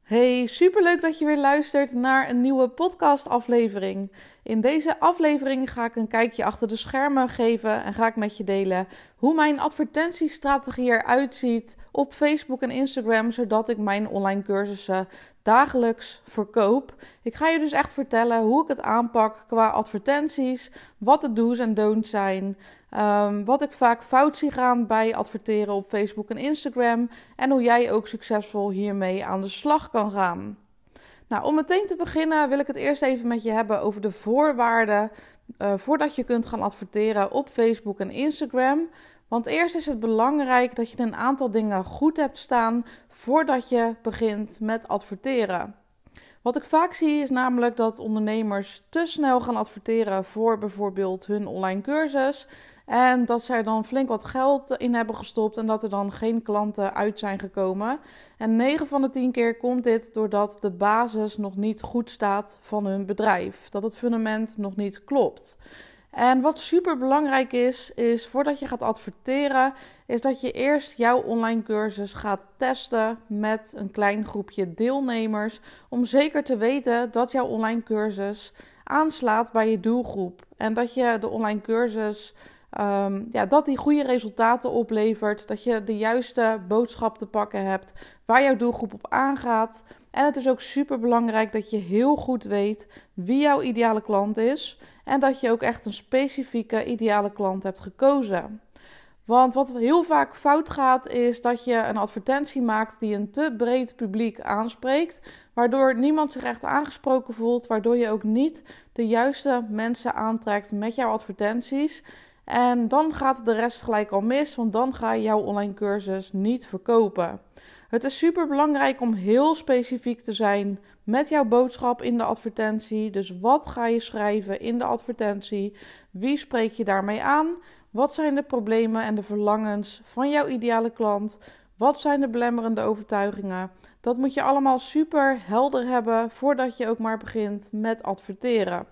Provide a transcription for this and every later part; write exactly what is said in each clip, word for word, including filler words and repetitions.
Hey, superleuk dat je weer luistert naar een nieuwe podcastaflevering. In deze aflevering ga ik een kijkje achter de schermen geven en ga ik met je delen hoe mijn advertentiestrategie eruit ziet op Facebook en Instagram, zodat ik mijn online cursussen dagelijks verkoop. Ik ga je dus echt vertellen hoe ik het aanpak qua advertenties, wat de do's en don'ts zijn, um, wat ik vaak fout zie gaan bij adverteren op Facebook en Instagram en hoe jij ook succesvol hiermee aan de slag kan gaan. Nou, om meteen te beginnen wil ik het eerst even met je hebben over de voorwaarden uh, voordat je kunt gaan adverteren op Facebook en Instagram. Want eerst is het belangrijk dat je een aantal dingen goed hebt staan voordat je begint met adverteren. Wat ik vaak zie is namelijk dat ondernemers te snel gaan adverteren voor bijvoorbeeld hun online cursus. En dat zij er dan flink wat geld in hebben gestopt en dat er dan geen klanten uit zijn gekomen. En negen van de tien keer komt dit doordat de basis nog niet goed staat van hun bedrijf. Dat het fundament nog niet klopt. En wat super belangrijk is, is voordat je gaat adverteren, is dat je eerst jouw online cursus gaat testen met een klein groepje deelnemers. Om zeker te weten dat jouw online cursus aanslaat bij je doelgroep. En dat je de online cursus, um, ja, dat die goede resultaten oplevert. Dat je de juiste boodschap te pakken hebt waar jouw doelgroep op aangaat. En het is ook super belangrijk dat je heel goed weet wie jouw ideale klant is. En dat je ook echt een specifieke ideale klant hebt gekozen. Want wat heel vaak fout gaat is dat je een advertentie maakt die een te breed publiek aanspreekt. Waardoor niemand zich echt aangesproken voelt. Waardoor je ook niet de juiste mensen aantrekt met jouw advertenties. En dan gaat de rest gelijk al mis, want dan ga je jouw online cursus niet verkopen. Het is super belangrijk om heel specifiek te zijn met jouw boodschap in de advertentie. Dus wat ga je schrijven in de advertentie? Wie spreek je daarmee aan? Wat zijn de problemen en de verlangens van jouw ideale klant? Wat zijn de belemmerende overtuigingen? Dat moet je allemaal super helder hebben voordat je ook maar begint met adverteren.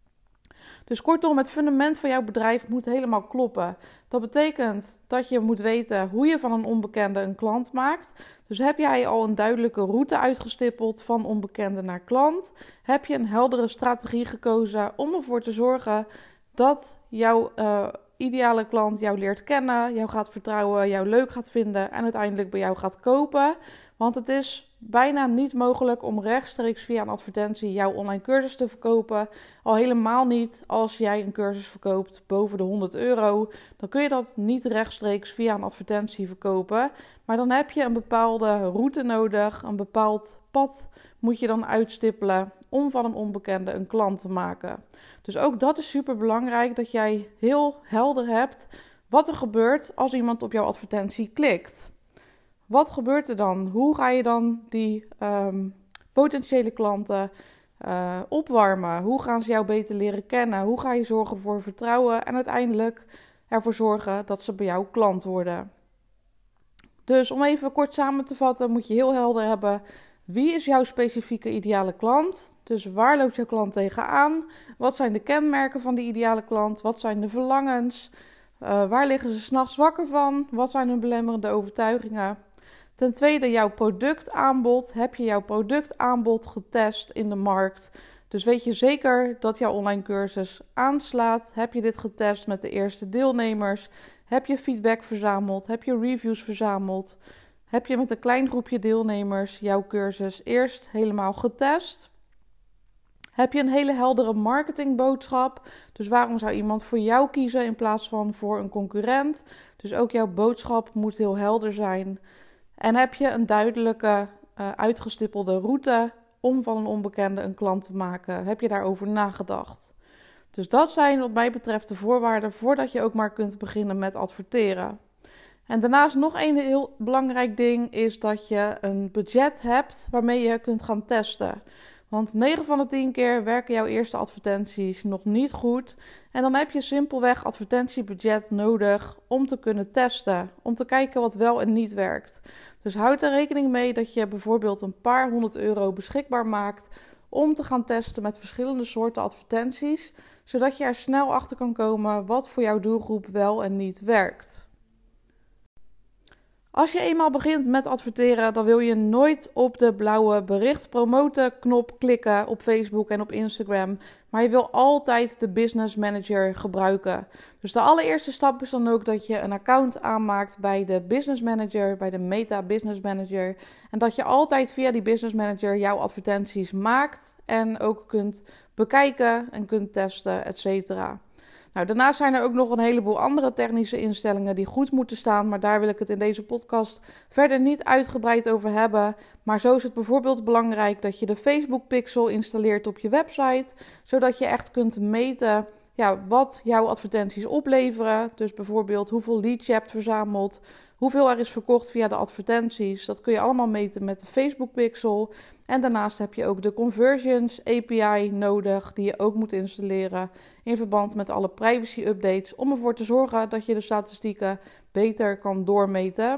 Dus kortom, het fundament van jouw bedrijf moet helemaal kloppen. Dat betekent dat je moet weten hoe je van een onbekende een klant maakt. Dus heb jij al een duidelijke route uitgestippeld van onbekende naar klant? Heb je een heldere strategie gekozen om ervoor te zorgen dat jouw uh, ideale klant jou leert kennen, jou gaat vertrouwen, jou leuk gaat vinden en uiteindelijk bij jou gaat kopen? Want het is bijna niet mogelijk om rechtstreeks via een advertentie jouw online cursus te verkopen. Al helemaal niet als jij een cursus verkoopt boven de honderd euro. Dan kun je dat niet rechtstreeks via een advertentie verkopen. Maar dan heb je een bepaalde route nodig, een bepaald pad moet je dan uitstippelen om van een onbekende een klant te maken. Dus ook dat is super belangrijk, dat jij heel helder hebt wat er gebeurt als iemand op jouw advertentie klikt. Wat gebeurt er dan? Hoe ga je dan die um, potentiële klanten uh, opwarmen? Hoe gaan ze jou beter leren kennen? Hoe ga je zorgen voor vertrouwen en uiteindelijk ervoor zorgen dat ze bij jou klant worden? Dus om even kort samen te vatten, moet je heel helder hebben: wie is jouw specifieke ideale klant? Dus waar loopt jouw klant tegenaan? Wat zijn de kenmerken van die ideale klant? Wat zijn de verlangens? Uh, waar liggen ze 's nachts wakker van? Wat zijn hun belemmerende overtuigingen? Ten tweede, jouw productaanbod. Heb je jouw productaanbod getest in de markt? Dus weet je zeker dat jouw online cursus aanslaat? Heb je dit getest met de eerste deelnemers? Heb je feedback verzameld? Heb je reviews verzameld? Heb je met een klein groepje deelnemers jouw cursus eerst helemaal getest? Heb je een hele heldere marketingboodschap? Dus waarom zou iemand voor jou kiezen in plaats van voor een concurrent? Dus ook jouw boodschap moet heel helder zijn. En heb je een duidelijke, uh, uitgestippelde route om van een onbekende een klant te maken? Heb je daarover nagedacht? Dus dat zijn wat mij betreft de voorwaarden voordat je ook maar kunt beginnen met adverteren. En daarnaast nog een heel belangrijk ding is dat je een budget hebt waarmee je kunt gaan testen. Want negen van de tien keer werken jouw eerste advertenties nog niet goed. En dan heb je simpelweg advertentiebudget nodig om te kunnen testen. Om te kijken wat wel en niet werkt. Dus houd er rekening mee dat je bijvoorbeeld een paar honderd euro beschikbaar maakt om te gaan testen met verschillende soorten advertenties. Zodat je er snel achter kan komen wat voor jouw doelgroep wel en niet werkt. Als je eenmaal begint met adverteren, dan wil je nooit op de blauwe bericht promoten knop klikken op Facebook en op Instagram. Maar je wil altijd de Business Manager gebruiken. Dus de allereerste stap is dan ook dat je een account aanmaakt bij de Business Manager, bij de Meta Business Manager. En dat je altijd via die Business Manager jouw advertenties maakt en ook kunt bekijken en kunt testen, et cetera. Nou, daarnaast zijn er ook nog een heleboel andere technische instellingen die goed moeten staan, maar daar wil ik het in deze podcast verder niet uitgebreid over hebben. Maar zo is het bijvoorbeeld belangrijk dat je de Facebook Pixel installeert op je website, zodat je echt kunt meten ja, wat jouw advertenties opleveren. Dus bijvoorbeeld hoeveel leads je hebt verzameld, hoeveel er is verkocht via de advertenties. Dat kun je allemaal meten met de Facebook Pixel. En daarnaast heb je ook de Conversions A P I nodig, die je ook moet installeren in verband met alle privacy updates, om ervoor te zorgen dat je de statistieken beter kan doormeten.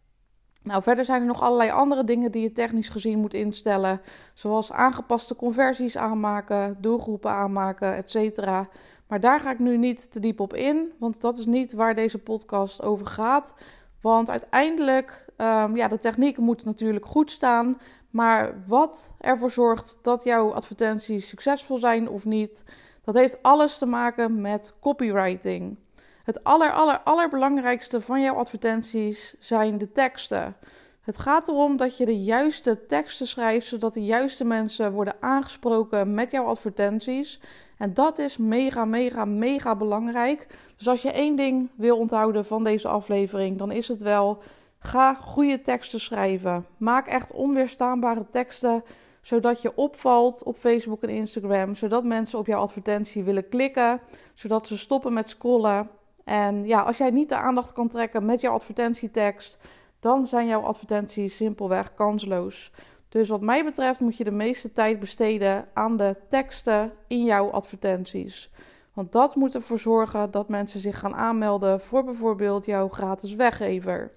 Nou, verder zijn er nog allerlei andere dingen die je technisch gezien moet instellen, zoals aangepaste conversies aanmaken, doelgroepen aanmaken, et cetera. Maar daar ga ik nu niet te diep op in, want dat is niet waar deze podcast over gaat. Want uiteindelijk, um, ja, de techniek moet natuurlijk goed staan. Maar wat ervoor zorgt dat jouw advertenties succesvol zijn of niet, dat heeft alles te maken met copywriting. Het aller, aller, allerbelangrijkste van jouw advertenties zijn de teksten. Het gaat erom dat je de juiste teksten schrijft, zodat de juiste mensen worden aangesproken met jouw advertenties. En dat is mega, mega, mega belangrijk. Dus als je één ding wil onthouden van deze aflevering, dan is het wel: ga goede teksten schrijven. Maak echt onweerstaanbare teksten, zodat je opvalt op Facebook en Instagram. Zodat mensen op jouw advertentie willen klikken, zodat ze stoppen met scrollen. En ja, als jij niet de aandacht kan trekken met jouw advertentietekst, dan zijn jouw advertenties simpelweg kansloos. Dus wat mij betreft moet je de meeste tijd besteden aan de teksten in jouw advertenties. Want dat moet ervoor zorgen dat mensen zich gaan aanmelden voor bijvoorbeeld jouw gratis weggever.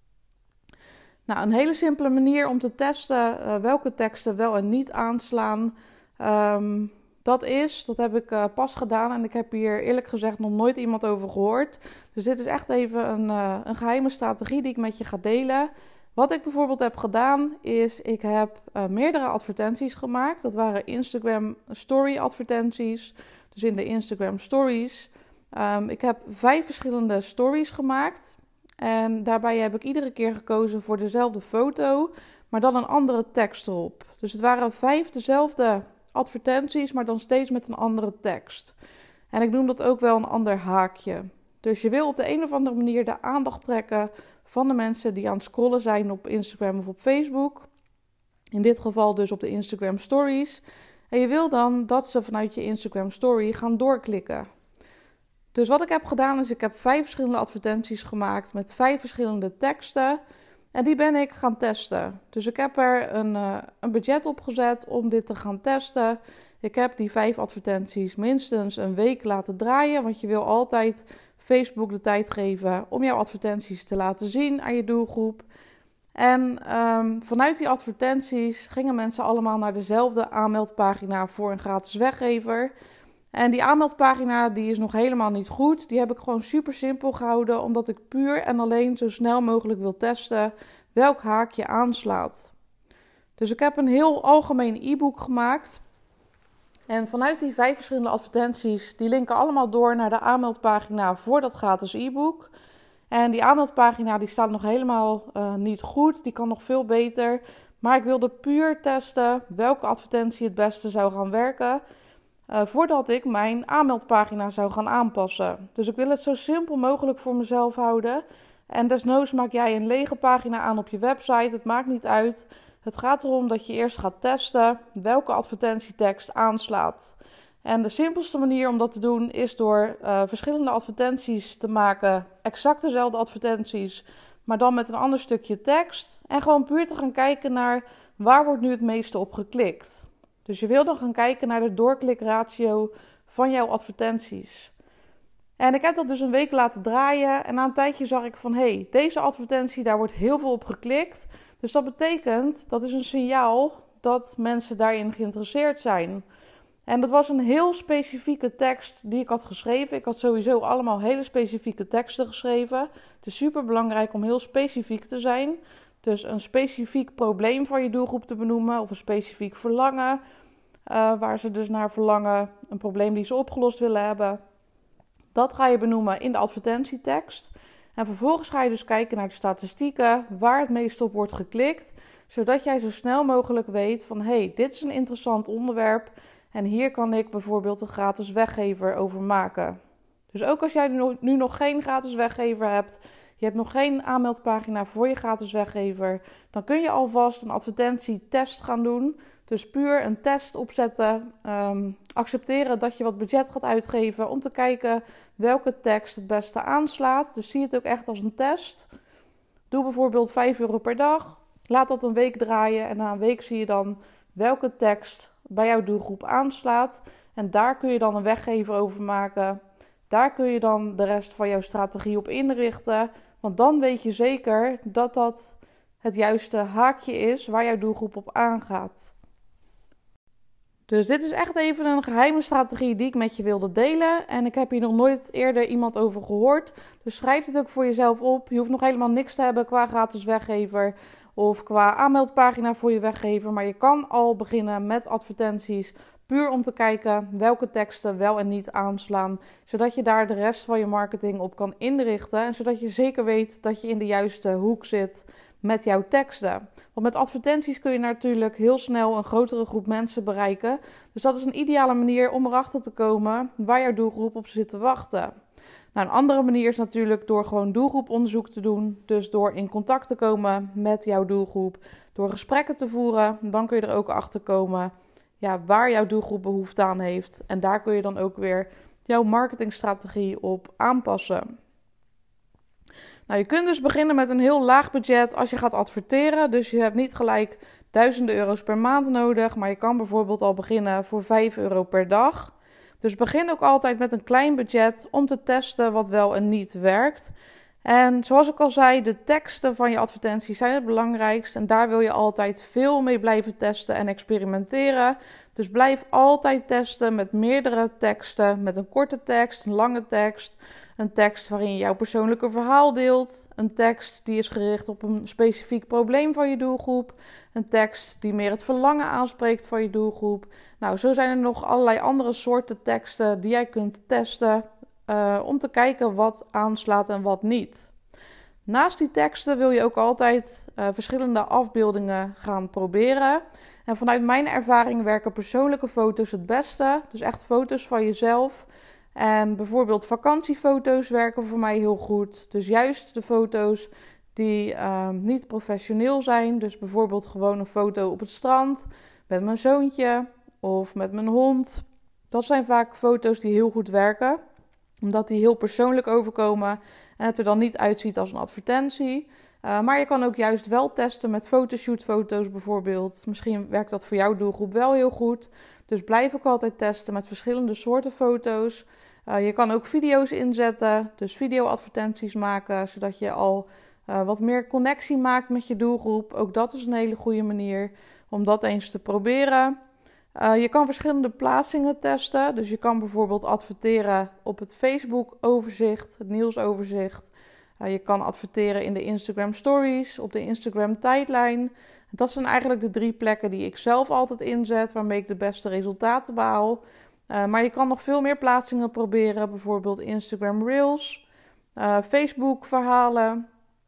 Nou, een hele simpele manier om te testen uh, welke teksten wel en niet aanslaan, um, dat is, dat heb ik uh, pas gedaan en ik heb hier eerlijk gezegd nog nooit iemand over gehoord. Dus dit is echt even een, uh, een geheime strategie die ik met je ga delen. Wat ik bijvoorbeeld heb gedaan is, ik heb uh, meerdere advertenties gemaakt. Dat waren Instagram Story advertenties, dus in de Instagram Stories. Um, ik heb vijf verschillende stories gemaakt. En daarbij heb ik iedere keer gekozen voor dezelfde foto, maar dan een andere tekst erop. Dus het waren vijf dezelfde advertenties, maar dan steeds met een andere tekst. En ik noem dat ook wel een ander haakje. Dus je wil op de een of andere manier de aandacht trekken van de mensen die aan het scrollen zijn op Instagram of op Facebook. In dit geval dus op de Instagram Stories. En je wil dan dat ze vanuit je Instagram Story gaan doorklikken. Dus wat ik heb gedaan is, ik heb vijf verschillende advertenties gemaakt met vijf verschillende teksten. En die ben ik gaan testen. Dus ik heb er een, uh, een budget op gezet om dit te gaan testen. Ik heb die vijf advertenties minstens een week laten draaien. Want je wil altijd Facebook de tijd geven om jouw advertenties te laten zien aan je doelgroep. En um, vanuit die advertenties gingen mensen allemaal naar dezelfde aanmeldpagina voor een gratis weggever. En die aanmeldpagina die is nog helemaal niet goed. Die heb ik gewoon super simpel gehouden, omdat ik puur en alleen zo snel mogelijk wil testen welk haakje aanslaat. Dus ik heb een heel algemeen e-book gemaakt. En vanuit die vijf verschillende advertenties, die linken allemaal door naar de aanmeldpagina voor dat gratis e-book. En die aanmeldpagina die staat nog helemaal uh, niet goed, die kan nog veel beter. Maar ik wilde puur testen welke advertentie het beste zou gaan werken, Uh, voordat ik mijn aanmeldpagina zou gaan aanpassen. Dus ik wil het zo simpel mogelijk voor mezelf houden. En desnoods maak jij een lege pagina aan op je website. Het maakt niet uit. Het gaat erom dat je eerst gaat testen welke advertentietekst aanslaat. En de simpelste manier om dat te doen is door uh, verschillende advertenties te maken. Exact dezelfde advertenties, maar dan met een ander stukje tekst. En gewoon puur te gaan kijken naar waar wordt nu het meeste op geklikt. Dus je wil dan gaan kijken naar de doorklikratio van jouw advertenties. En ik heb dat dus een week laten draaien. En na een tijdje zag ik van, hé, hey, deze advertentie, daar wordt heel veel op geklikt. Dus dat betekent, dat is een signaal dat mensen daarin geïnteresseerd zijn. En dat was een heel specifieke tekst die ik had geschreven. Ik had sowieso allemaal hele specifieke teksten geschreven. Het is super belangrijk om heel specifiek te zijn. Dus een specifiek probleem van je doelgroep te benoemen of een specifiek verlangen. Uh, waar ze dus naar verlangen, een probleem die ze opgelost willen hebben. Dat ga je benoemen in de advertentietekst. En vervolgens ga je dus kijken naar de statistieken, waar het meest op wordt geklikt. Zodat jij zo snel mogelijk weet van, hé, hey, dit is een interessant onderwerp. En hier kan ik bijvoorbeeld een gratis weggever over maken. Dus ook als jij nu nog geen gratis weggever hebt, je hebt nog geen aanmeldpagina voor je gratis weggever, dan kun je alvast een advertentietest gaan doen. Dus puur een test opzetten, um, accepteren dat je wat budget gaat uitgeven om te kijken welke tekst het beste aanslaat. Dus zie het ook echt als een test. Doe bijvoorbeeld vijf euro per dag, laat dat een week draaien en na een week zie je dan welke tekst bij jouw doelgroep aanslaat. En daar kun je dan een weggever over maken. Daar kun je dan de rest van jouw strategie op inrichten. Want dan weet je zeker dat dat het juiste haakje is waar jouw doelgroep op aangaat. Dus dit is echt even een geheime strategie die ik met je wilde delen. En ik heb hier nog nooit eerder iemand over gehoord. Dus schrijf het ook voor jezelf op. Je hoeft nog helemaal niks te hebben qua gratis weggever of qua aanmeldpagina voor je weggever. Maar je kan al beginnen met advertenties. Puur om te kijken welke teksten wel en niet aanslaan. Zodat je daar de rest van je marketing op kan inrichten. En zodat je zeker weet dat je in de juiste hoek zit met jouw teksten. Want met advertenties kun je natuurlijk heel snel een grotere groep mensen bereiken. Dus dat is een ideale manier om erachter te komen waar jouw doelgroep op zit te wachten. Nou, een andere manier is natuurlijk door gewoon doelgroeponderzoek te doen. Dus door in contact te komen met jouw doelgroep. Door gesprekken te voeren. Dan kun je er ook achter komen ja, waar jouw doelgroep behoefte aan heeft. En daar kun je dan ook weer jouw marketingstrategie op aanpassen. Nou, je kunt dus beginnen met een heel laag budget als je gaat adverteren. Dus je hebt niet gelijk duizenden euro's per maand nodig. Maar je kan bijvoorbeeld al beginnen voor vijf euro per dag. Dus begin ook altijd met een klein budget om te testen wat wel en niet werkt. En zoals ik al zei, de teksten van je advertenties zijn het belangrijkst. En daar wil je altijd veel mee blijven testen en experimenteren. Dus blijf altijd testen met meerdere teksten. Met een korte tekst, een lange tekst. Een tekst waarin je jouw persoonlijke verhaal deelt. Een tekst die is gericht op een specifiek probleem van je doelgroep. Een tekst die meer het verlangen aanspreekt van je doelgroep. Nou, zo zijn er nog allerlei andere soorten teksten die jij kunt testen. Uh, om te kijken wat aanslaat en wat niet. Naast die teksten wil je ook altijd uh, verschillende afbeeldingen gaan proberen. En vanuit mijn ervaring werken persoonlijke foto's het beste. Dus echt foto's van jezelf. En bijvoorbeeld vakantiefoto's werken voor mij heel goed. Dus juist de foto's die uh, niet professioneel zijn. Dus bijvoorbeeld gewoon een foto op het strand met mijn zoontje of met mijn hond. Dat zijn vaak foto's die heel goed werken. Omdat die heel persoonlijk overkomen en het er dan niet uitziet als een advertentie. Uh, maar je kan ook juist wel testen met fotoshootfoto's bijvoorbeeld. Misschien werkt dat voor jouw doelgroep wel heel goed. Dus blijf ook altijd testen met verschillende soorten foto's. Uh, je kan ook video's inzetten, dus video-advertenties maken, zodat je al uh, wat meer connectie maakt met je doelgroep. Ook dat is een hele goede manier om dat eens te proberen. Uh, je kan verschillende plaatsingen testen. Dus je kan bijvoorbeeld adverteren op het Facebook-overzicht, het nieuwsoverzicht. Uh, je kan adverteren in de Instagram Stories, op de Instagram-tijdlijn. Dat zijn eigenlijk de drie plekken die ik zelf altijd inzet, waarmee ik de beste resultaten behaal. Uh, maar je kan nog veel meer plaatsingen proberen, bijvoorbeeld Instagram Reels, uh, Facebook-verhalen.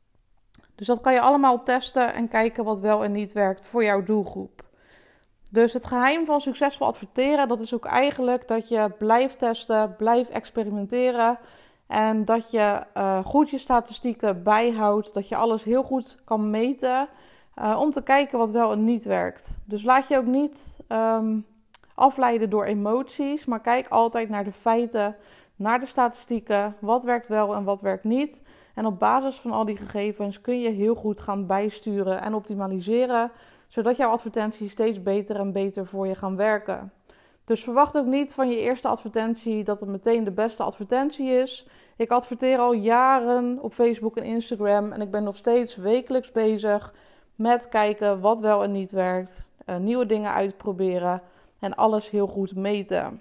Dus dat kan je allemaal testen en kijken wat wel en niet werkt voor jouw doelgroep. Dus het geheim van succesvol adverteren, dat is ook eigenlijk dat je blijft testen, blijft experimenteren. En dat je uh, goed je statistieken bijhoudt, dat je alles heel goed kan meten uh, om te kijken wat wel en niet werkt. Dus laat je ook niet um, afleiden door emoties, maar kijk altijd naar de feiten, naar de statistieken. Wat werkt wel en wat werkt niet. En op basis van al die gegevens kun je heel goed gaan bijsturen en optimaliseren, zodat jouw advertenties steeds beter en beter voor je gaan werken. Dus verwacht ook niet van je eerste advertentie dat het meteen de beste advertentie is. Ik adverteer al jaren op Facebook en Instagram en ik ben nog steeds wekelijks bezig met kijken wat wel en niet werkt. Uh, nieuwe dingen uitproberen. en alles heel goed meten.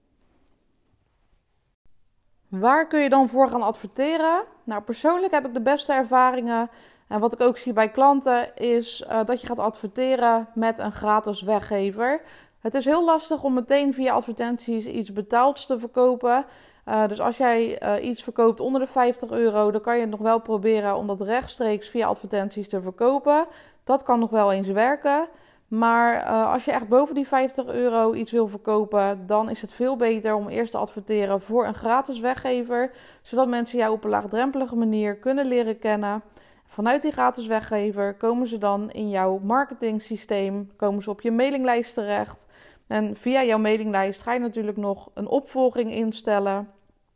Waar kun je dan voor gaan adverteren? Nou, persoonlijk heb ik de beste ervaringen. En wat ik ook zie bij klanten is uh, dat je gaat adverteren met een gratis weggever. Het is heel lastig om meteen via advertenties iets betaalds te verkopen. Uh, dus als jij uh, iets verkoopt onder de vijftig euro, dan kan je het nog wel proberen om dat rechtstreeks via advertenties te verkopen. Dat kan nog wel eens werken. Maar uh, als je echt boven die vijftig euro iets wil verkopen, dan is het veel beter om eerst te adverteren voor een gratis weggever. Zodat mensen jou op een laagdrempelige manier kunnen leren kennen. Vanuit die gratis weggever komen ze dan in jouw marketingsysteem, komen ze op je mailinglijst terecht. En via jouw mailinglijst ga je natuurlijk nog een opvolging instellen,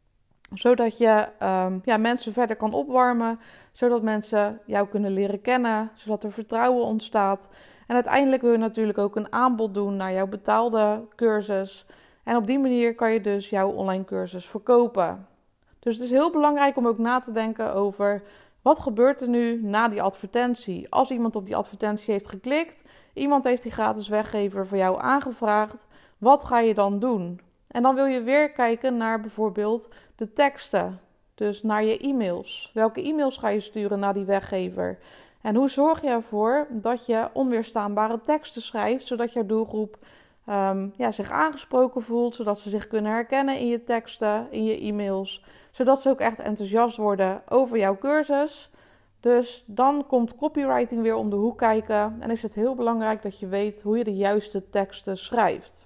zodat je um, ja, mensen verder kan opwarmen, zodat mensen jou kunnen leren kennen, zodat er vertrouwen ontstaat. En uiteindelijk wil je natuurlijk ook een aanbod doen naar jouw betaalde cursus. En op die manier kan je dus jouw online cursus verkopen. Dus het is heel belangrijk om ook na te denken over: wat gebeurt er nu na die advertentie? Als iemand op die advertentie heeft geklikt, iemand heeft die gratis weggever voor jou aangevraagd, wat ga je dan doen? En dan wil je weer kijken naar bijvoorbeeld de teksten, dus naar je e-mails. Welke e-mails ga je sturen naar die weggever? En hoe zorg je ervoor dat je onweerstaanbare teksten schrijft, zodat jouw doelgroep um, ja, zich aangesproken voelt, zodat ze zich kunnen herkennen in je teksten, in je e-mails, zodat ze ook echt enthousiast worden over jouw cursus. Dus dan komt copywriting weer om de hoek kijken en is het heel belangrijk dat je weet hoe je de juiste teksten schrijft.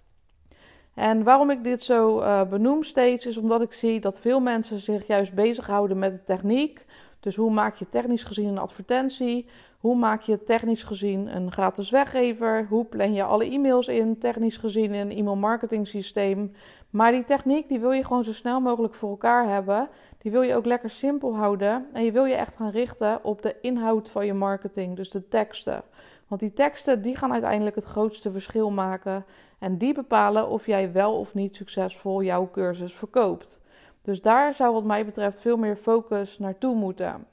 En waarom ik dit zo uh, benoem steeds, is omdat ik zie dat veel mensen zich juist bezighouden met de techniek. Dus hoe maak je technisch gezien een advertentie? Hoe maak je technisch gezien een gratis weggever? Hoe plan je alle e-mails in, technisch gezien in een e-mail marketing systeem? Maar die techniek die wil je gewoon zo snel mogelijk voor elkaar hebben. Die wil je ook lekker simpel houden. En je wil je echt gaan richten op de inhoud van je marketing, dus de teksten. Want die teksten die gaan uiteindelijk het grootste verschil maken. En die bepalen of jij wel of niet succesvol jouw cursus verkoopt. Dus daar zou wat mij betreft veel meer focus naartoe moeten.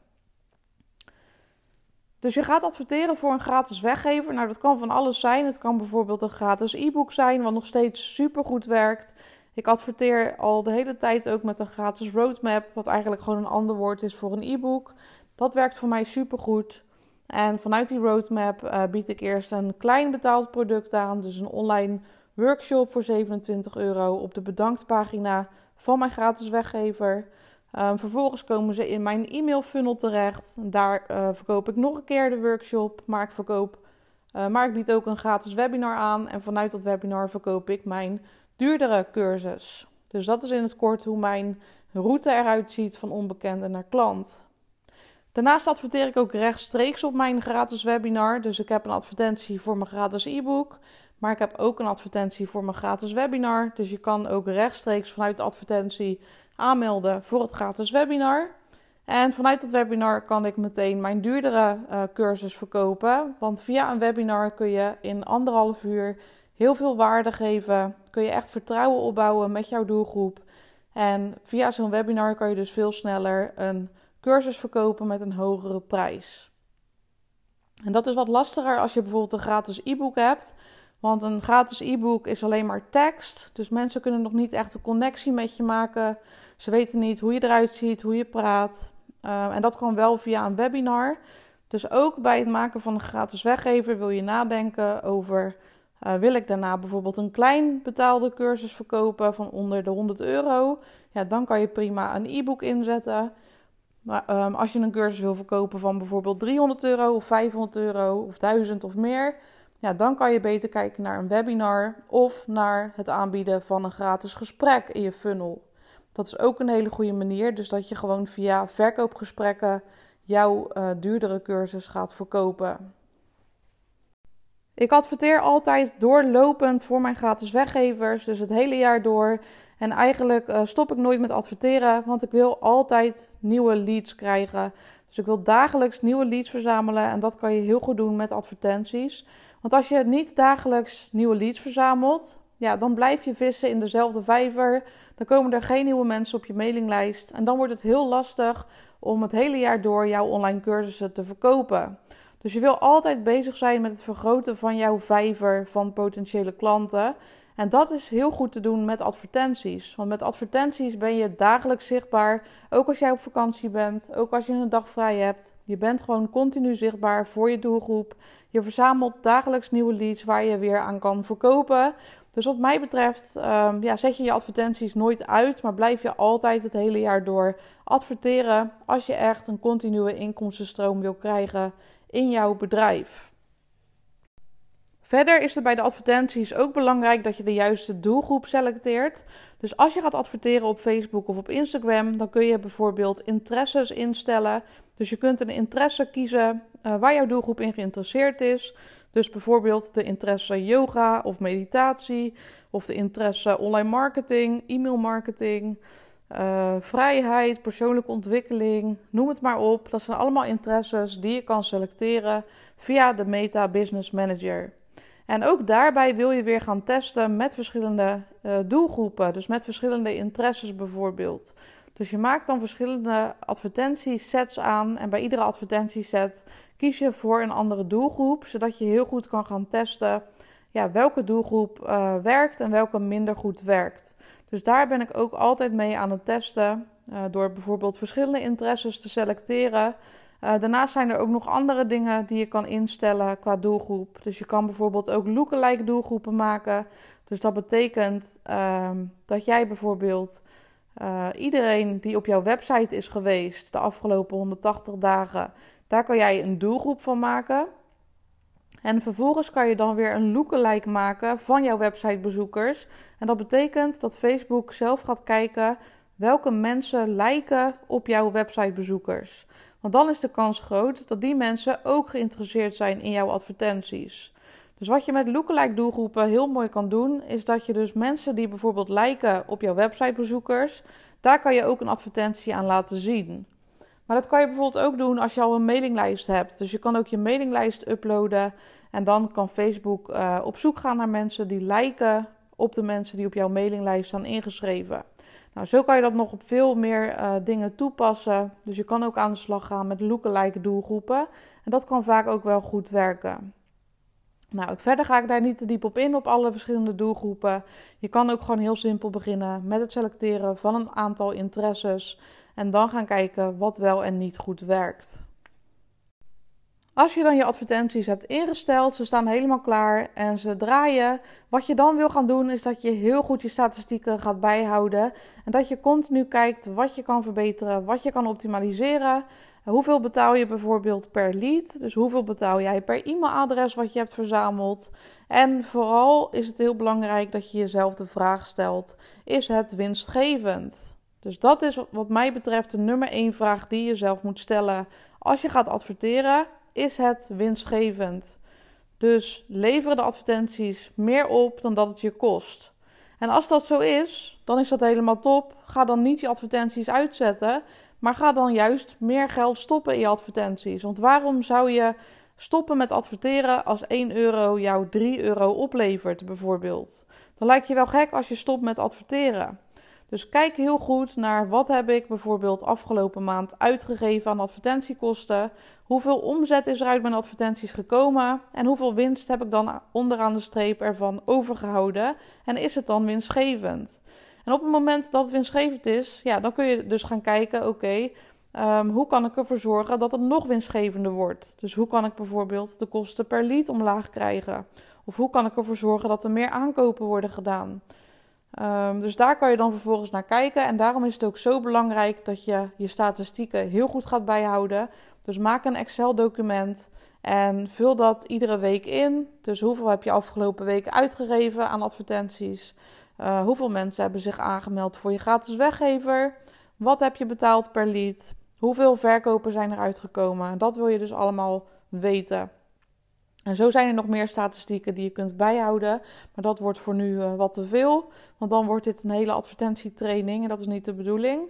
Dus je gaat adverteren voor een gratis weggever. Nou, dat kan van alles zijn. Het kan bijvoorbeeld een gratis e-book zijn, wat nog steeds supergoed werkt. Ik adverteer al de hele tijd ook met een gratis roadmap, wat eigenlijk gewoon een ander woord is voor een e-book. Dat werkt voor mij supergoed. En vanuit die roadmap uh, bied ik eerst een klein betaald product aan. Dus een online workshop voor zevenentwintig euro op de bedanktpagina van mijn gratis weggever. Um, vervolgens komen ze in mijn e-mail funnel terecht. Daar uh, verkoop ik nog een keer de workshop. Maar ik, verkoop, uh, maar ik bied ook een gratis webinar aan. En vanuit dat webinar verkoop ik mijn duurdere cursus. Dus dat is in het kort hoe mijn route eruit ziet van onbekende naar klant. Daarnaast adverteer ik ook rechtstreeks op mijn gratis webinar. Dus ik heb een advertentie voor mijn gratis e-book. Maar ik heb ook een advertentie voor mijn gratis webinar. Dus je kan ook rechtstreeks vanuit de advertentie aanmelden voor het gratis webinar. En vanuit het webinar kan ik meteen mijn duurdere uh, cursus verkopen. Want via een webinar kun je in anderhalf uur heel veel waarde geven. Kun je echt vertrouwen opbouwen met jouw doelgroep. En via zo'n webinar kan je dus veel sneller een cursus verkopen met een hogere prijs. En dat is wat lastiger als je bijvoorbeeld een gratis e-book hebt. Want een gratis e-book is alleen maar tekst. Dus mensen kunnen nog niet echt een connectie met je maken. Ze weten niet hoe je eruit ziet, hoe je praat. Uh, en dat kan wel via een webinar. Dus ook bij het maken van een gratis weggever wil je nadenken over: Uh, wil ik daarna bijvoorbeeld een klein betaalde cursus verkopen van onder de honderd euro? Ja, dan kan je prima een e-book inzetten. Maar um, als je een cursus wil verkopen van bijvoorbeeld driehonderd euro of vijfhonderd euro of duizend of meer, ja, dan kan je beter kijken naar een webinar of naar het aanbieden van een gratis gesprek in je funnel. Dat is ook een hele goede manier, dus dat je gewoon via verkoopgesprekken jouw uh, duurdere cursus gaat verkopen. Ik adverteer altijd doorlopend voor mijn gratis weggevers, dus het hele jaar door. En eigenlijk uh, stop ik nooit met adverteren, want ik wil altijd nieuwe leads krijgen. Dus ik wil dagelijks nieuwe leads verzamelen en dat kan je heel goed doen met advertenties. Want als je niet dagelijks nieuwe leads verzamelt, ja, dan blijf je vissen in dezelfde vijver. Dan komen er geen nieuwe mensen op je mailinglijst. En dan wordt het heel lastig om het hele jaar door jouw online cursussen te verkopen. Dus je wil altijd bezig zijn met het vergroten van jouw vijver van potentiële klanten. En dat is heel goed te doen met advertenties. Want met advertenties ben je dagelijks zichtbaar. Ook als jij op vakantie bent, ook als je een dag vrij hebt. Je bent gewoon continu zichtbaar voor je doelgroep. Je verzamelt dagelijks nieuwe leads waar je weer aan kan verkopen. Dus wat mij betreft um, ja, zet je je advertenties nooit uit, maar blijf je altijd het hele jaar door adverteren als je echt een continue inkomstenstroom wil krijgen in jouw bedrijf. Verder is er bij de advertenties ook belangrijk dat je de juiste doelgroep selecteert. Dus als je gaat adverteren op Facebook of op Instagram, dan kun je bijvoorbeeld interesses instellen. Dus je kunt een interesse kiezen uh, waar jouw doelgroep in geïnteresseerd is. Dus bijvoorbeeld de interesse yoga of meditatie, of de interesse online marketing, e-mail marketing, uh, vrijheid, persoonlijke ontwikkeling, noem het maar op. Dat zijn allemaal interesses die je kan selecteren via de Meta Business Manager. En ook daarbij wil je weer gaan testen met verschillende uh, doelgroepen, dus met verschillende interesses bijvoorbeeld. Dus je maakt dan verschillende advertentiesets aan en bij iedere advertentieset kies je voor een andere doelgroep, zodat je heel goed kan gaan testen ja, welke doelgroep uh, werkt en welke minder goed werkt. Dus daar ben ik ook altijd mee aan het testen, uh, door bijvoorbeeld verschillende interesses te selecteren. Uh, daarnaast zijn er ook nog andere dingen die je kan instellen qua doelgroep. Dus je kan bijvoorbeeld ook lookalike doelgroepen maken. Dus dat betekent uh, dat jij bijvoorbeeld uh, iedereen die op jouw website is geweest de afgelopen honderdtachtig dagen, daar kan jij een doelgroep van maken. En vervolgens kan je dan weer een lookalike maken van jouw websitebezoekers. En dat betekent dat Facebook zelf gaat kijken welke mensen lijken op jouw websitebezoekers. Want dan is de kans groot dat die mensen ook geïnteresseerd zijn in jouw advertenties. Dus wat je met lookalike doelgroepen heel mooi kan doen, is dat je dus mensen die bijvoorbeeld lijken op jouw websitebezoekers, daar kan je ook een advertentie aan laten zien. Maar dat kan je bijvoorbeeld ook doen als je al een mailinglijst hebt. Dus je kan ook je mailinglijst uploaden en dan kan Facebook uh, op zoek gaan naar mensen die lijken op de mensen die op jouw mailinglijst staan ingeschreven. Nou, zo kan je dat nog op veel meer uh, dingen toepassen. Dus je kan ook aan de slag gaan met lookalike doelgroepen. En dat kan vaak ook wel goed werken. Nou, verder ga ik daar niet te diep op in op alle verschillende doelgroepen. Je kan ook gewoon heel simpel beginnen met het selecteren van een aantal interesses. En dan gaan kijken wat wel en niet goed werkt. Als je dan je advertenties hebt ingesteld, ze staan helemaal klaar en ze draaien. Wat je dan wil gaan doen is dat je heel goed je statistieken gaat bijhouden. En dat je continu kijkt wat je kan verbeteren, wat je kan optimaliseren. Hoeveel betaal je bijvoorbeeld per lead? Dus hoeveel betaal jij per e-mailadres wat je hebt verzameld? En vooral is het heel belangrijk dat je jezelf de vraag stelt, is het winstgevend? Dus dat is wat mij betreft de nummer één vraag die je zelf moet stellen als je gaat adverteren. Is het winstgevend? Dus leveren de advertenties meer op dan dat het je kost? En als dat zo is, dan is dat helemaal top. Ga dan niet je advertenties uitzetten, maar ga dan juist meer geld stoppen in je advertenties. Want waarom zou je stoppen met adverteren als één euro jou drie euro oplevert bijvoorbeeld? Dan lijkt je wel gek als je stopt met adverteren. Dus kijk heel goed naar wat heb ik bijvoorbeeld afgelopen maand uitgegeven aan advertentiekosten. Hoeveel omzet is er uit mijn advertenties gekomen? En hoeveel winst heb ik dan onderaan de streep ervan overgehouden? En is het dan winstgevend? En op het moment dat het winstgevend is, ja, dan kun je dus gaan kijken, oké, okay, um, hoe kan ik ervoor zorgen dat het nog winstgevender wordt? Dus hoe kan ik bijvoorbeeld de kosten per lead omlaag krijgen? Of hoe kan ik ervoor zorgen dat er meer aankopen worden gedaan? Um, dus daar kan je dan vervolgens naar kijken. En daarom is het ook zo belangrijk dat je je statistieken heel goed gaat bijhouden. Dus maak een Excel-document en vul dat iedere week in. Dus hoeveel heb je afgelopen week uitgegeven aan advertenties? Uh, hoeveel mensen hebben zich aangemeld voor je gratis weggever? Wat heb je betaald per lead? Hoeveel verkopen zijn er uitgekomen? Dat wil je dus allemaal weten. En zo zijn er nog meer statistieken die je kunt bijhouden. Maar dat wordt voor nu uh, wat te veel. Want dan wordt dit een hele advertentietraining. En dat is niet de bedoeling.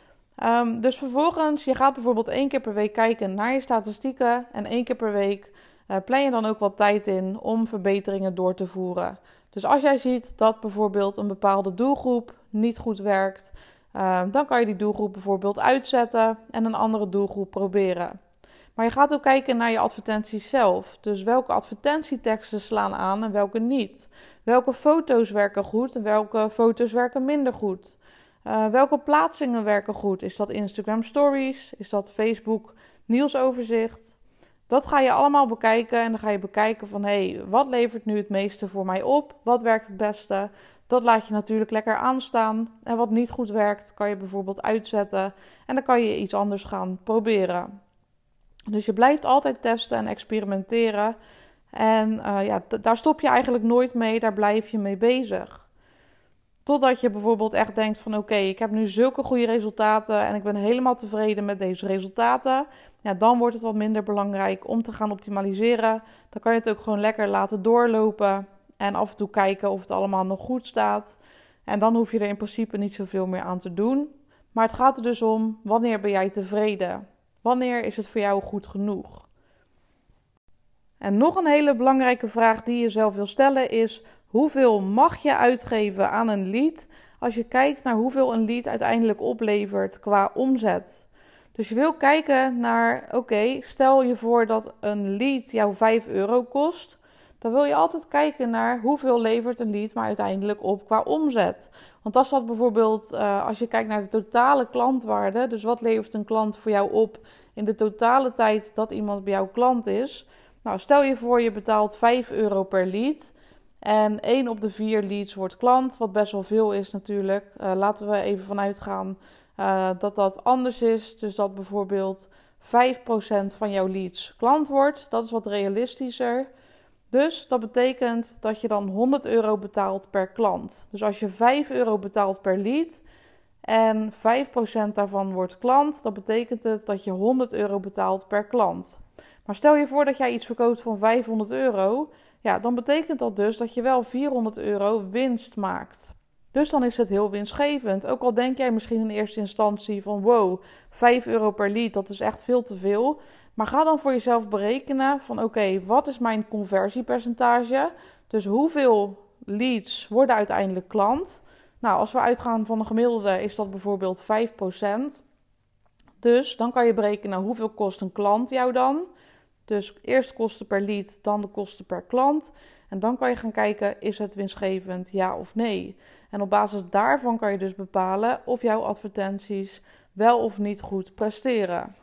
Um, dus vervolgens, je gaat bijvoorbeeld één keer per week kijken naar je statistieken. En één keer per week uh, plan je dan ook wat tijd in om verbeteringen door te voeren. Dus als jij ziet dat bijvoorbeeld een bepaalde doelgroep niet goed werkt. Uh, dan kan je die doelgroep bijvoorbeeld uitzetten en een andere doelgroep proberen. Maar je gaat ook kijken naar je advertenties zelf. Dus welke advertentieteksten slaan aan en welke niet. Welke foto's werken goed en welke foto's werken minder goed. Uh, welke plaatsingen werken goed? Is dat Instagram Stories? Is dat Facebook nieuwsoverzicht? Dat ga je allemaal bekijken en dan ga je bekijken van hé, hey, wat levert nu het meeste voor mij op? Wat werkt het beste? Dat laat je natuurlijk lekker aanstaan. En wat niet goed werkt, kan je bijvoorbeeld uitzetten en dan kan je iets anders gaan proberen. Dus je blijft altijd testen en experimenteren. En uh, ja, d- daar stop je eigenlijk nooit mee, daar blijf je mee bezig. Totdat je bijvoorbeeld echt denkt van oké, okay, ik heb nu zulke goede resultaten en ik ben helemaal tevreden met deze resultaten. Ja, dan wordt het wat minder belangrijk om te gaan optimaliseren. Dan kan je het ook gewoon lekker laten doorlopen en af en toe kijken of het allemaal nog goed staat. En dan hoef je er in principe niet zoveel meer aan te doen. Maar het gaat er dus om, wanneer ben jij tevreden? Wanneer is het voor jou goed genoeg? En nog een hele belangrijke vraag die je zelf wil stellen is: hoeveel mag je uitgeven aan een lead als je kijkt naar hoeveel een lead uiteindelijk oplevert qua omzet? Dus je wil kijken naar, oké, okay, stel je voor dat een lead jou vijf euro kost. Dan wil je altijd kijken naar hoeveel levert een lead maar uiteindelijk op qua omzet. Want als dat bijvoorbeeld, uh, als je kijkt naar de totale klantwaarde, dus wat levert een klant voor jou op in de totale tijd dat iemand bij jou klant is. Nou, stel je voor je betaalt vijf euro per lead en één op de vier leads wordt klant, wat best wel veel is natuurlijk. Uh, laten we even vanuit gaan uh, dat dat anders is. Dus dat bijvoorbeeld vijf procent van jouw leads klant wordt. Dat is wat realistischer. Dus dat betekent dat je dan honderd euro betaalt per klant. Dus als je vijf euro betaalt per lead en vijf procent daarvan wordt klant, dan betekent het dat je honderd euro betaalt per klant. Maar stel je voor dat jij iets verkoopt van vijfhonderd euro, ja, dan betekent dat dus dat je wel vierhonderd euro winst maakt. Dus dan is het heel winstgevend. Ook al denk jij misschien in eerste instantie van wow, vijf euro per lead, dat is echt veel te veel. Maar ga dan voor jezelf berekenen van oké, okay, wat is mijn conversiepercentage? Dus hoeveel leads worden uiteindelijk klant? Nou, als we uitgaan van een gemiddelde is dat bijvoorbeeld vijf procent. Dus dan kan je berekenen hoeveel kost een klant jou dan. Dus eerst kosten per lead, dan de kosten per klant. En dan kan je gaan kijken, is het winstgevend, ja of nee? En op basis daarvan kan je dus bepalen of jouw advertenties wel of niet goed presteren.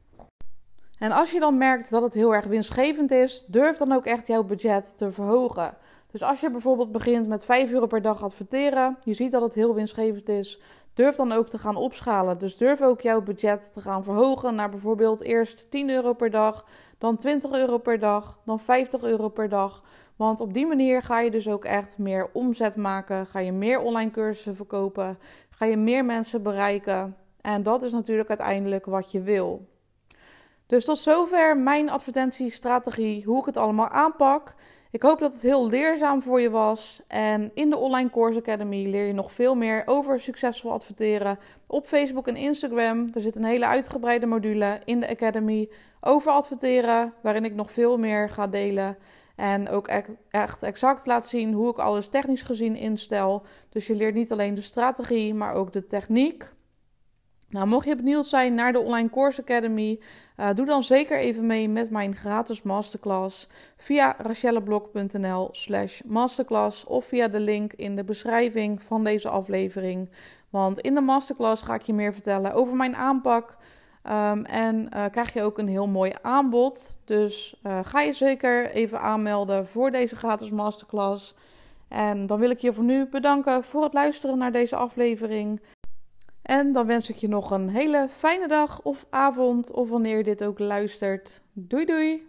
En als je dan merkt dat het heel erg winstgevend is, durf dan ook echt jouw budget te verhogen. Dus als je bijvoorbeeld begint met vijf euro per dag adverteren, je ziet dat het heel winstgevend is, durf dan ook te gaan opschalen. Dus durf ook jouw budget te gaan verhogen naar bijvoorbeeld eerst tien euro per dag, dan twintig euro per dag, dan vijftig euro per dag. Want op die manier ga je dus ook echt meer omzet maken, ga je meer online cursussen verkopen, ga je meer mensen bereiken. En dat is natuurlijk uiteindelijk wat je wil. Dus tot zover mijn advertentiestrategie, hoe ik het allemaal aanpak. Ik hoop dat het heel leerzaam voor je was. En in de Online Course Academy leer je nog veel meer over succesvol adverteren op Facebook en Instagram. Er zit een hele uitgebreide module in de Academy over adverteren, waarin ik nog veel meer ga delen. En ook echt, echt exact laat zien hoe ik alles technisch gezien instel. Dus je leert niet alleen de strategie, maar ook de techniek. Nou, mocht je benieuwd zijn naar de Online Course Academy, uh, doe dan zeker even mee met mijn gratis masterclass via rachelleblok.nl slash masterclass of via de link in de beschrijving van deze aflevering. Want in de masterclass ga ik je meer vertellen over mijn aanpak um, en uh, krijg je ook een heel mooi aanbod. Dus uh, ga je zeker even aanmelden voor deze gratis masterclass. En dan wil ik je voor nu bedanken voor het luisteren naar deze aflevering. En dan wens ik je nog een hele fijne dag of avond of wanneer je dit ook luistert. Doei doei!